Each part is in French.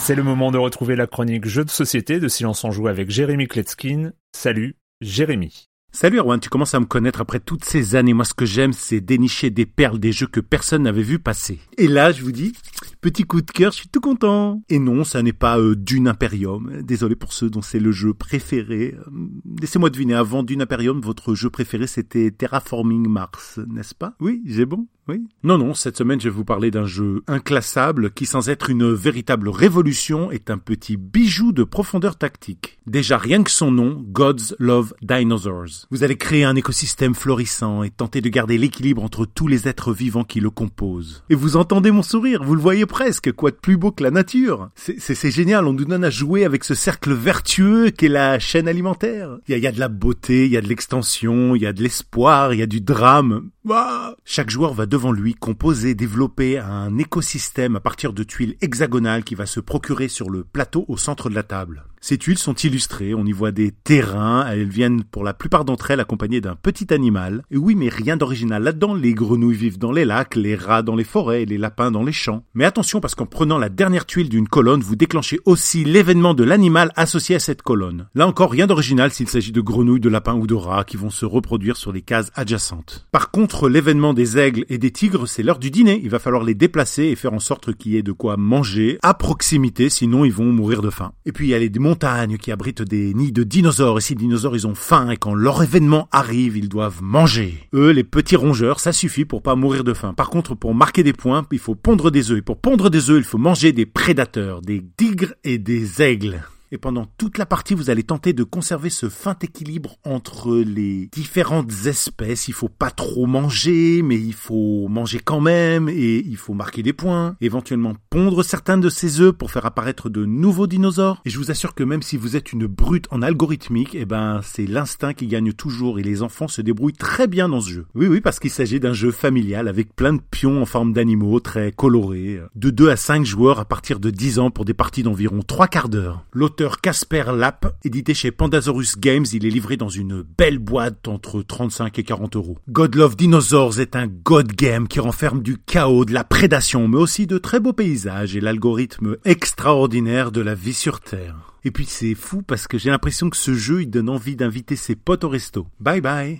C'est le moment de retrouver la chronique Jeux de société de Silence on Joue avec Jérémy Kletzkin. Salut, Jérémy. Salut Erwan, tu commences à me connaître après toutes ces années. Moi, ce que j'aime, c'est dénicher des perles, des jeux que personne n'avait vu passer. Et là, je vous dis, petit coup de cœur, je suis tout content. Et non, ça n'est pas Dune Imperium. Désolé pour ceux dont c'est le jeu préféré. Laissez-moi deviner, avant Dune Imperium, votre jeu préféré, c'était Terraforming Mars, n'est-ce pas? Oui, j'ai bon. Oui. Non, cette semaine, je vais vous parler d'un jeu inclassable qui, sans être une véritable révolution, est un petit bijou de profondeur tactique. Déjà, rien que son nom, Gods Love Dinosaurs. Vous allez créer un écosystème florissant et tenter de garder l'équilibre entre tous les êtres vivants qui le composent. Et vous entendez mon sourire, vous le voyez presque, quoi de plus beau que la nature? C'est génial, on nous donne à jouer avec ce cercle vertueux qu'est la chaîne alimentaire. Il y a de la beauté, il y a de l'extension, il y a de l'espoir, il y a du drame. Ah, chaque joueur va devant lui composer, développer un écosystème à partir de tuiles hexagonales qu'il va se procurer sur le plateau au centre de la table. Ces tuiles sont illustrées, on y voit des terrains, elles viennent pour la plupart d'entre elles accompagnées d'un petit animal. Et oui, mais rien d'original là-dedans, les grenouilles vivent dans les lacs, les rats dans les forêts et les lapins dans les champs. Mais attention parce qu'en prenant la dernière tuile d'une colonne, vous déclenchez aussi l'événement de l'animal associé à cette colonne. Là encore, rien d'original s'il s'agit de grenouilles, de lapins ou de rats qui vont se reproduire sur les cases adjacentes. Par contre, l'événement des aigles et des tigres, c'est l'heure du dîner. Il va falloir les déplacer et faire en sorte qu'il y ait de quoi manger à proximité, sinon ils vont mourir de faim. Et puis il y a les montagnes qui abritent des nids de dinosaures. Et si les dinosaures ils ont faim et quand leur événement arrive, ils doivent manger. Eux, les petits rongeurs, ça suffit pour pas mourir de faim. Par contre, pour marquer des points, il faut pondre des œufs. Et pour pondre des œufs, il faut manger des prédateurs, des tigres et des aigles. Et pendant toute la partie, vous allez tenter de conserver ce fin équilibre entre les différentes espèces. Il faut pas trop manger, mais il faut manger quand même, et il faut marquer des points. Éventuellement pondre certains de ces œufs pour faire apparaître de nouveaux dinosaures. Et je vous assure que même si vous êtes une brute en algorithmique, c'est l'instinct qui gagne toujours, et les enfants se débrouillent très bien dans ce jeu. Oui, parce qu'il s'agit d'un jeu familial avec plein de pions en forme d'animaux, très colorés. De 2 à 5 joueurs à partir de 10 ans pour des parties d'environ 3 quarts d'heure. L'auteur Casper Lapp, édité chez Pandasaurus Games, il est livré dans une belle boîte entre 35 et 40 euros. God Love Dinosaurs est un god game qui renferme du chaos, de la prédation, mais aussi de très beaux paysages et l'algorithme extraordinaire de la vie sur Terre. Et puis c'est fou parce que j'ai l'impression que ce jeu, il donne envie d'inviter ses potes au resto. Bye bye!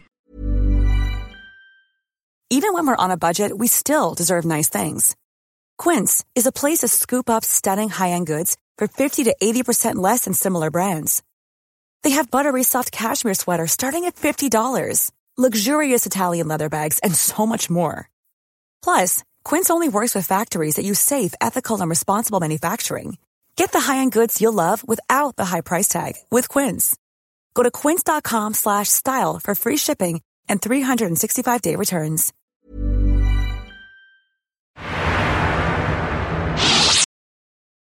Even when we're on a budget, we still deserve nice things. Quince is a place to scoop up stunning high-end goods for 50 to 80% less than similar brands. They have buttery soft cashmere sweaters starting at $50, luxurious Italian leather bags, and so much more. Plus, Quince only works with factories that use safe, ethical, and responsible manufacturing. Get the high-end goods you'll love without the high price tag with Quince. Go to quince.com/style for free shipping and 365-day returns.